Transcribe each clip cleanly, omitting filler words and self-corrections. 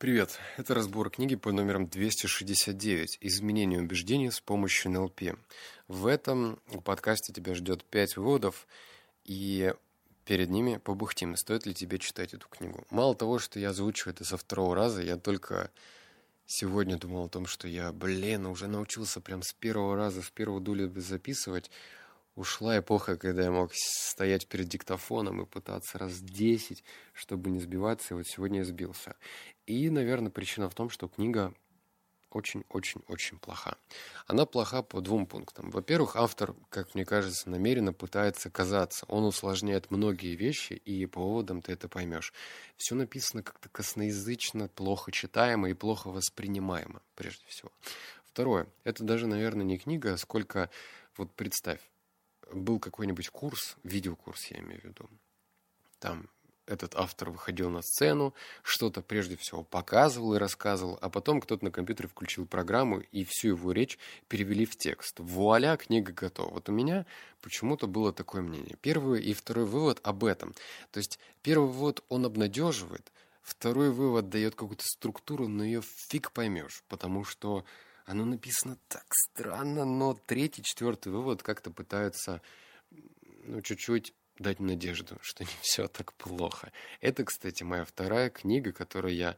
Привет, это разбор книги под номером 269 «Изменение убеждений с помощью НЛП». В этом подкасте тебя ждет 5 выводов, и перед ними побухтим, стоит ли тебе читать эту книгу. Мало того, что я озвучиваю это со второго раза, я только сегодня думал о том, что я, уже научился прям с первого раза, с первого дуля записывать. Ушла эпоха, когда я мог стоять перед диктофоном и пытаться раз 10, чтобы не сбиваться, и вот сегодня я сбился. И, наверное, причина в том, что книга очень-очень-очень плоха. Она плоха по двум пунктам. Во-первых, автор, как мне кажется, намеренно пытается казаться. Он усложняет многие вещи, и по выводам ты это поймешь. Все написано как-то косноязычно, плохо читаемо и плохо воспринимаемо, прежде всего. Второе, это даже, наверное, не книга, сколько, вот представь, был какой-нибудь курс, видеокурс я имею в виду. Там этот автор выходил на сцену, что-то прежде всего показывал и рассказывал, а потом кто-то на компьютере включил программу и всю его речь перевели в текст. Вуаля, книга готова. Вот у меня почему-то было такое мнение. Первый и второй вывод об этом. То есть первый вывод, он обнадеживает, второй вывод дает какую-то структуру, но ее фиг поймешь, потому что оно написано так странно, но третий, четвертый вывод как-то пытаются, чуть-чуть дать надежду, что не все так плохо. Это, кстати, моя вторая книга, по которой я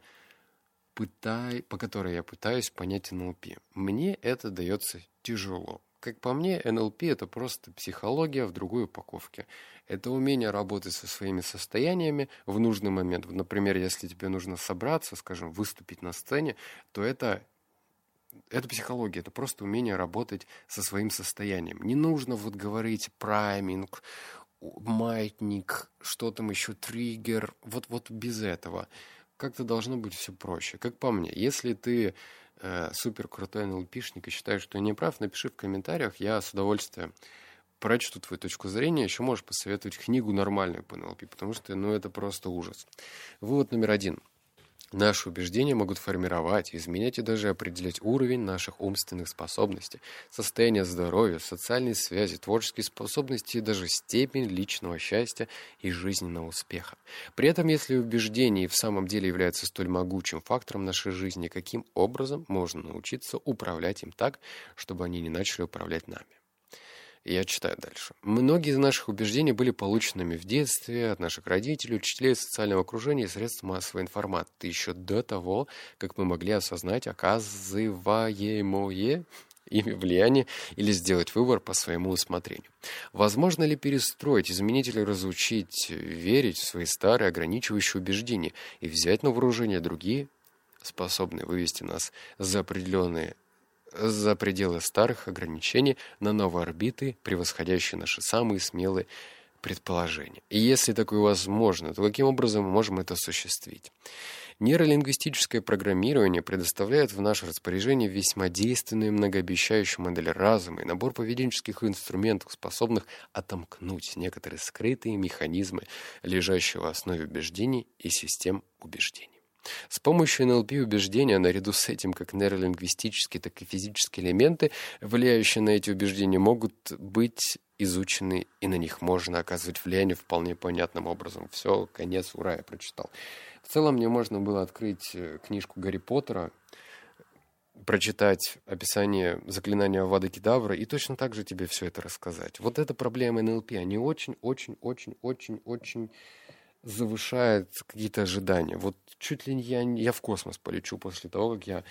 пытаюсь понять НЛП. Мне это дается тяжело. Как по мне, НЛП — это просто психология в другой упаковке. Это умение работать со своими состояниями в нужный момент. Например, если тебе нужно собраться, скажем, выступить на сцене, то это психология, это просто умение работать со своим состоянием. Не нужно говорить прайминг, маятник, что там еще, триггер, вот без этого. Как-то должно быть все проще. Как по мне, если ты супер крутой НЛПшник и считаешь, что я не прав, напиши в комментариях, я с удовольствием прочту твою точку зрения, еще можешь посоветовать книгу нормальную по НЛП, потому что, это просто ужас. Вывод номер 1. Наши убеждения могут формировать, изменять и даже определять уровень наших умственных способностей, состояние здоровья, социальные связи, творческие способности и даже степень личного счастья и жизненного успеха. При этом, если убеждения в самом деле являются столь могучим фактором нашей жизни, каким образом можно научиться управлять им так, чтобы они не начали управлять нами? Я читаю дальше. Многие из наших убеждений были полученными в детстве от наших родителей, учителей, социального окружения и средств массовой информации еще до того, как мы могли осознать оказываемое ими влияние или сделать выбор по своему усмотрению. Возможно ли перестроить, изменить или разучить верить в свои старые ограничивающие убеждения и взять на вооружение другие, способные вывести нас за пределы старых ограничений на новые орбиты, превосходящие наши самые смелые предположения. И если такое возможно, то каким образом мы можем это осуществить? Нейролингвистическое программирование предоставляет в наше распоряжение весьма действенную и многообещающую модель разума и набор поведенческих инструментов, способных отомкнуть некоторые скрытые механизмы, лежащие в основе убеждений и систем убеждений. С помощью НЛП убеждения, наряду с этим как нейролингвистические, так и физические элементы, влияющие на эти убеждения, могут быть изучены, и на них можно оказывать влияние вполне понятным образом. Все, конец, ура, я прочитал. В целом мне можно было открыть книжку Гарри Поттера, прочитать описание заклинания Авада Кедавра и точно так же тебе все это рассказать. Вот это проблема НЛП. Они очень-очень-очень-очень-очень завышает какие-то ожидания. Вот чуть ли не я в космос полечу после того, как я,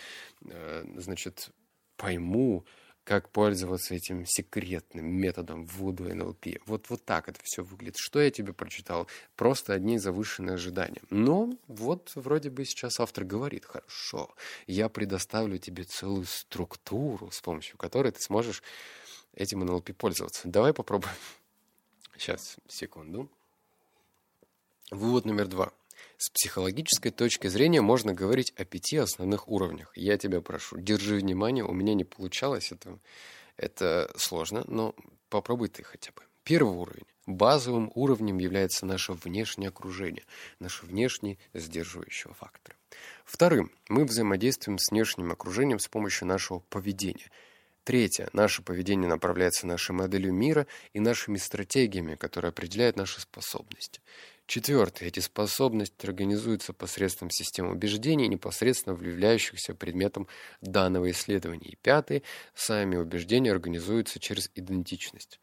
пойму, как пользоваться этим секретным методом вуду НЛП. Вот так это все выглядит. Что я тебе прочитал? Просто одни завышенные ожидания. Но вот вроде бы сейчас автор говорит: хорошо, я предоставлю тебе целую структуру, с помощью которой ты сможешь этим НЛП пользоваться. Давай попробуем. Сейчас, секунду. Вывод номер 2. С психологической точки зрения можно говорить о 5 основных уровнях. Я тебя прошу, держи внимание, у меня не получалось это сложно, но попробуй ты хотя бы. Первый уровень. Базовым уровнем является наше внешнее окружение, наши внешние сдерживающие факторы. Вторым. Мы взаимодействуем с внешним окружением с помощью нашего поведения. Третье. Наше поведение направляется нашей моделью мира и нашими стратегиями, которые определяют наши способности. Четвертое. Эти способности организуются посредством систем убеждений, непосредственно являющихся предметом данного исследования. И пятое. Сами убеждения организуются через идентичность.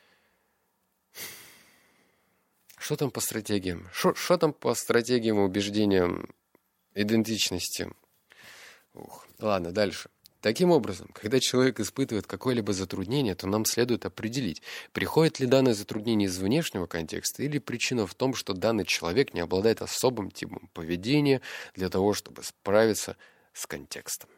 Что там по стратегиям? Что там по стратегиям и убеждениям идентичности? Ладно, дальше. Таким образом, когда человек испытывает какое-либо затруднение, то нам следует определить, приходит ли данное затруднение из внешнего контекста или причина в том, что данный человек не обладает особым типом поведения для того, чтобы справиться с контекстом.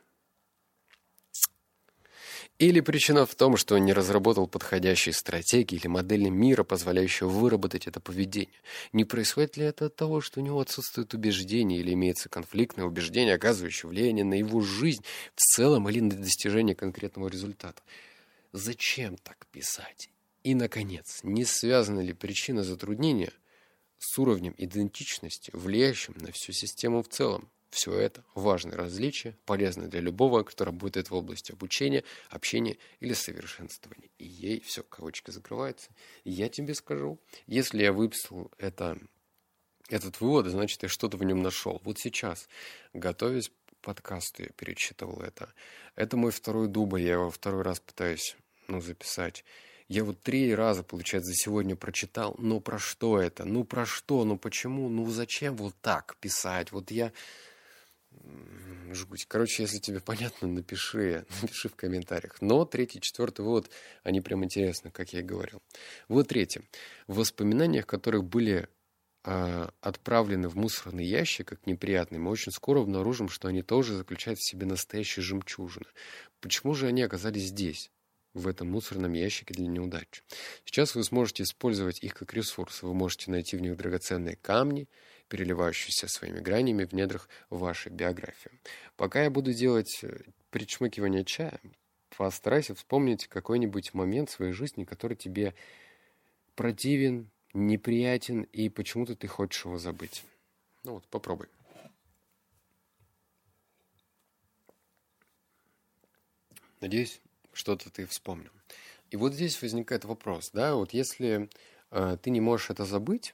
Или причина в том, что он не разработал подходящей стратегии или модели мира, позволяющей выработать это поведение. Не происходит ли это от того, что у него отсутствует убеждение или имеется конфликтное убеждение, оказывающее влияние на его жизнь в целом или на достижение конкретного результата? Зачем так писать? И, наконец, не связана ли причина затруднения с уровнем идентичности, влияющим на всю систему в целом? Все это важные различия, полезны для любого, кто работает в области обучения, общения или совершенствования. И ей все, кавычки закрываются. И я тебе скажу, если я выписал этот вывод, значит, я что-то в нем нашел. Вот сейчас, готовясь к подкасту, я перечитывал это. Это мой второй дубль, я его второй раз пытаюсь записать. Я вот 3 раза, получается, за сегодня прочитал. Но про что это? Про что? Почему? Зачем вот так писать? Вот я... Жуть. Короче, если тебе понятно, напиши в комментариях. Но 3-й, 4-й вывод, они прям интересны, как я и говорил. Вот 3-й. В воспоминаниях, которых были отправлены в мусорный ящик, как неприятные, мы очень скоро обнаружим, что они тоже заключают в себе настоящие жемчужины. Почему же они оказались здесь, в этом мусорном ящике для неудач? Сейчас вы сможете использовать их как ресурс. Вы можете найти в них драгоценные камни, переливающиеся своими гранями в недрах вашей биографии. Пока я буду делать причмокивание чая, постарайся вспомнить какой-нибудь момент в своей жизни, который тебе противен, неприятен, и почему-то ты хочешь его забыть. Попробуй. Надеюсь, что-то ты вспомнил. И вот здесь возникает вопрос, да, вот если ты не можешь это забыть,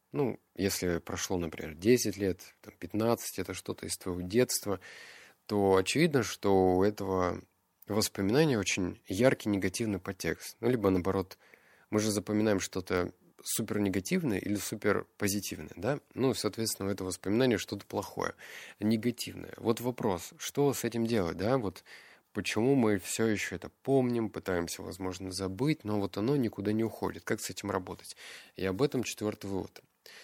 если прошло, например, 10 лет, 15, это что-то из твоего детства, то очевидно, что у этого воспоминания очень яркий негативный подтекст. Либо наоборот, мы же запоминаем что-то супер негативное или супер позитивное, да? Соответственно, у этого воспоминания что-то плохое, негативное. Вот вопрос, что с этим делать, да? Вот почему мы все еще это помним, пытаемся, возможно, забыть, но вот оно никуда не уходит. Как с этим работать? И об этом 4-й вывод.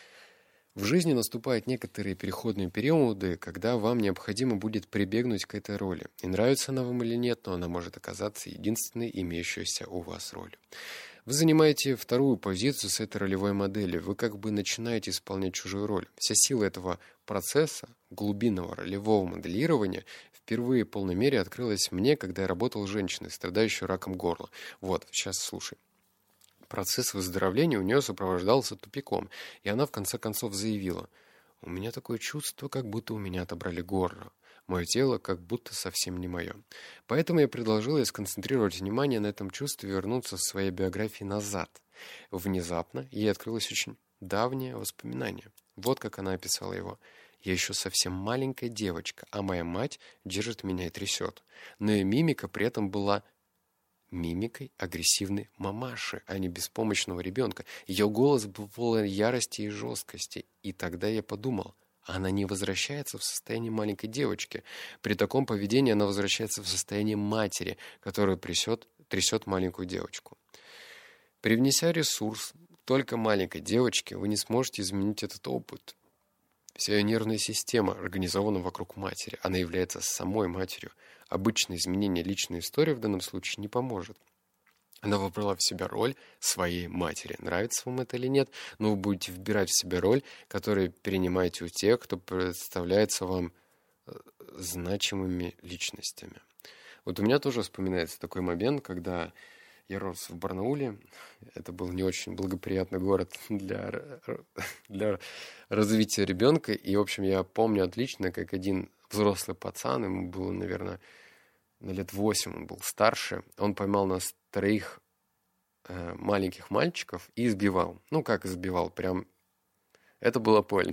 В жизни наступают некоторые переходные периоды, когда вам необходимо будет прибегнуть к этой роли. И нравится она вам или нет, но она может оказаться единственной имеющейся у вас ролью. Вы занимаете 2-ю позицию с этой ролевой моделью. Вы как бы начинаете исполнять чужую роль. Вся сила этого процесса, глубинного ролевого моделирования, впервые в полной мере открылась мне, когда я работал с женщиной, страдающей раком горла. Вот, сейчас слушай. Процесс выздоровления у нее сопровождался тупиком, и она в конце концов заявила: «У меня такое чувство, как будто у меня отобрали горло. Мое тело как будто совсем не мое». Поэтому я предложил ей сконцентрировать внимание на этом чувстве и вернуться в своей биографии назад. Внезапно ей открылось очень давнее воспоминание. Вот как она описала его. «Я еще совсем маленькая девочка, а моя мать держит меня и трясет». Но ее мимика при этом была мимикой агрессивной мамаши, а не беспомощного ребенка. Ее голос был полон ярости и жесткости. И тогда я подумал, она не возвращается в состояние маленькой девочки. При таком поведении она возвращается в состояние матери, которая трясет маленькую девочку. Привнеся ресурс только маленькой девочки, вы не сможете изменить этот опыт. Вся ее нервная система организована вокруг матери. Она является самой матерью. Обычное изменение личной истории в данном случае не поможет. Она выбрала в себя роль своей матери. Нравится вам это или нет, но вы будете выбирать в себя роль, которую перенимаете у тех, кто представляется вам значимыми личностями. Вот у меня тоже вспоминается такой момент, когда я рос в Барнауле. Это был не очень благоприятный город для развития ребенка. И, в общем, я помню отлично, как один взрослый пацан, ему было, наверное, на лет 8, он был старше, он поймал нас 3 маленьких мальчиков и избивал. Как избивал? Прям Это было больно.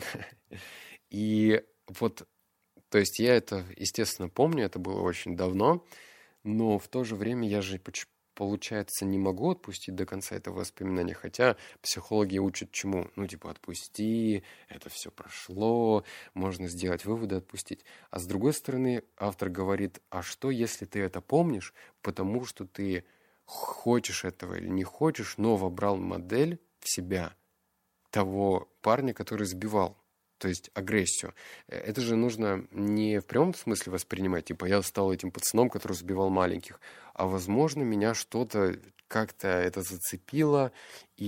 И вот, то есть я это, естественно, помню, это было очень давно, но в то же время я же, получается, не могу отпустить до конца это воспоминание, хотя психологи учат чему? Ну, типа, отпусти, это все прошло, можно сделать выводы, отпустить. А с другой стороны, автор говорит, а что, если ты это помнишь, потому что ты хочешь этого или не хочешь, но вобрал модель в себя того парня, который сбивал, то есть агрессию. Это же нужно не в прямом смысле воспринимать, типа я стал этим пацаном, который сбивал маленьких, а возможно меня что-то как-то это зацепило, и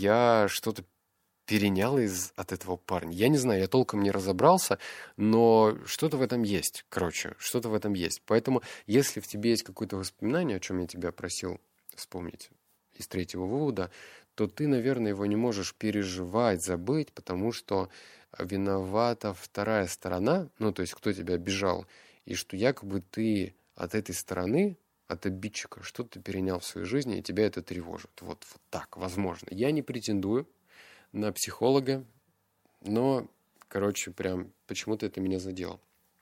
я что-то перенял от этого парня. Я не знаю, я толком не разобрался, но что-то в этом есть, короче, что-то в этом есть. Поэтому, если в тебе есть какое-то воспоминание, о чем я тебя просил вспомнить из третьего вывода, то ты, наверное, его не можешь переживать, забыть, потому что виновата вторая сторона, ну, то есть кто тебя обижал, и что якобы ты от этой стороны, от обидчика, что-то перенял в своей жизни, и тебя это тревожит. Вот так, возможно. Я не претендую на психолога, но, короче, прям почему-то это меня задело.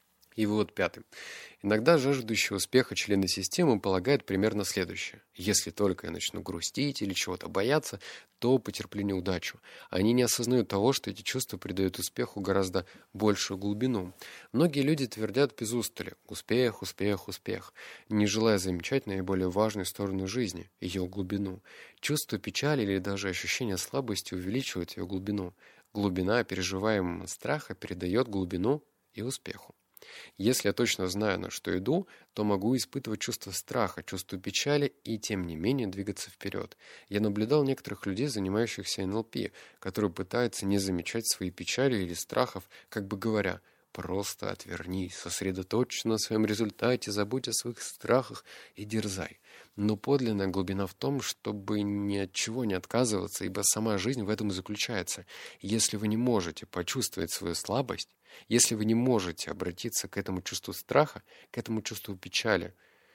И вывод пятый. Иногда жаждущие успеха члены системы полагают примерно следующее. Если только я начну грустить или чего-то бояться, то потерплю неудачу. Они не осознают того, что эти чувства придают успеху гораздо большую глубину. Многие люди твердят без устали «успех, успех, успех», не желая замечать наиболее важную сторону жизни, ее глубину. Чувство печали или даже ощущение слабости увеличивают ее глубину. Глубина переживаемого страха передает глубину и успеху. Если я точно знаю, на что иду, то могу испытывать чувство страха, чувство печали и, тем не менее, двигаться вперед. Я наблюдал некоторых людей, занимающихся НЛП, которые пытаются не замечать свои печали или страхов, как бы говоря, просто отвернись, сосредоточься на своем результате, забудь о своих страхах и дерзай. Но подлинная глубина в том, чтобы ни от чего не отказываться, ибо сама жизнь в этом и заключается. Если вы не можете почувствовать свою слабость, если вы не можете обратиться к этому чувству страха, к этому чувству печали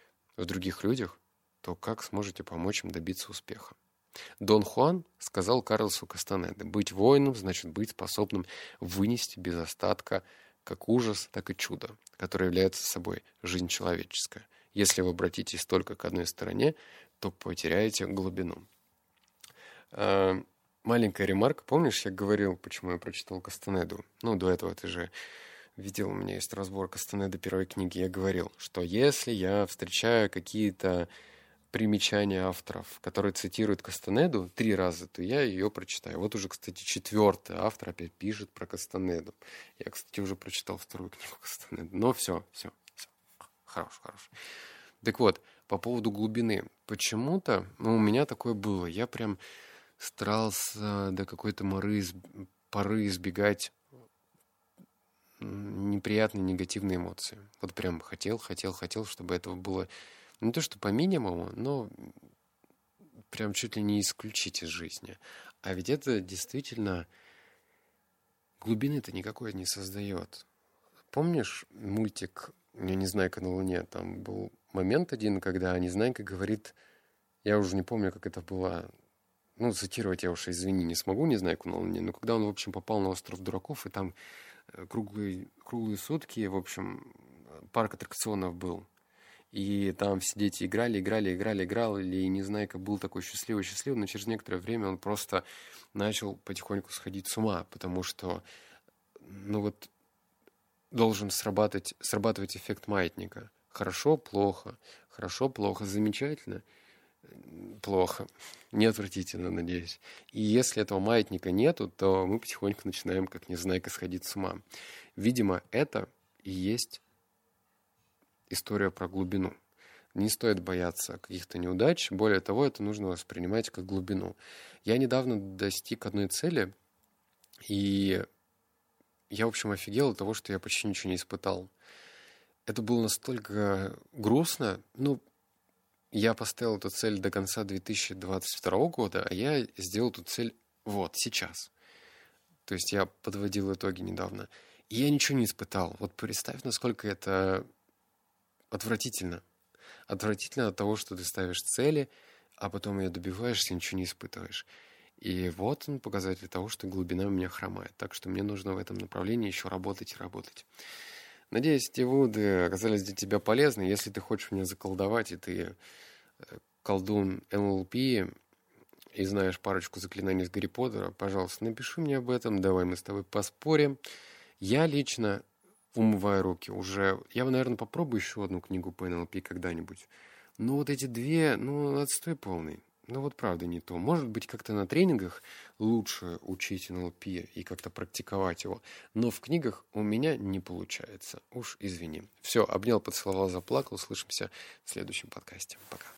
в других людях, то как сможете помочь им добиться успеха? Дон Хуан сказал Карлосу Кастанеде: «Быть воином значит быть способным вынести без остатка как ужас, так и чудо, которое является собой жизнь человеческая. Если вы обратитесь только к одной стороне, то потеряете глубину». Маленькая ремарка. Помнишь, я говорил, почему я прочитал Кастанеду? Ну, до этого ты же видел, у меня есть разбор Кастанеды первой книги. Я говорил, что если я встречаю какие-то примечания авторов, которые цитируют Кастанеду 3 раза, то я ее прочитаю. Вот уже, кстати, 4-й автор опять пишет про Кастанеду. Я, кстати, уже прочитал 2-ю книгу Кастанеды. Но все. Хорош. Так вот, по поводу глубины. Почему-то, у меня такое было. Я прям старался до какой-то поры избегать неприятные негативные эмоции. Вот прям хотел, чтобы этого было не то что по минимуму, но прям чуть ли не исключить из жизни. А ведь это действительно глубины-то никакой не создает. Помнишь мультик «Я Незнайка на Луне»? Там был момент один, когда Незнайка говорит, я уже не помню, как это было, цитировать я уж, извини, не смогу «Незнайку на Луне», но когда он, в общем, попал на остров дураков, и там круглые сутки, в общем, парк аттракционов был. И там все дети играли, и Незнайка был такой счастливый, но через некоторое время он просто начал потихоньку сходить с ума, потому что, должен срабатывать эффект маятника. Хорошо, плохо, замечательно, плохо, не отвратительно, надеюсь. И если этого маятника нету, то мы потихоньку начинаем, как Незнайка, сходить с ума. Видимо, это и есть история про глубину. Не стоит бояться каких-то неудач, более того, это нужно воспринимать как глубину. Я недавно достиг одной цели, и я, в общем, офигел от того, что я почти ничего не испытал. Это было настолько грустно. Я поставил эту цель до конца 2022 года, а я сделал эту цель сейчас. То есть я подводил итоги недавно. И я ничего не испытал. Вот представь, насколько это отвратительно. Отвратительно от того, что ты ставишь цели, а потом ее добиваешься и ничего не испытываешь. И вот он показатель того, что глубина у меня хромает. Так что мне нужно в этом направлении еще работать и работать. Надеюсь, эти выводы оказались для тебя полезны. Если ты хочешь меня заколдовать, и ты колдун НЛП, и знаешь парочку заклинаний из Гарри Поттера, пожалуйста, напиши мне об этом. Давай мы с тобой поспорим. Я лично умываю руки уже. Я, наверное, попробую еще одну книгу по НЛП когда-нибудь. Но вот эти две, отстой полный. Вот правда не то. Может быть, как-то на тренингах лучше учить НЛП и как-то практиковать его. Но в книгах у меня не получается. Уж извини. Все, обнял, поцеловал, заплакал. Услышимся в следующем подкасте. Пока.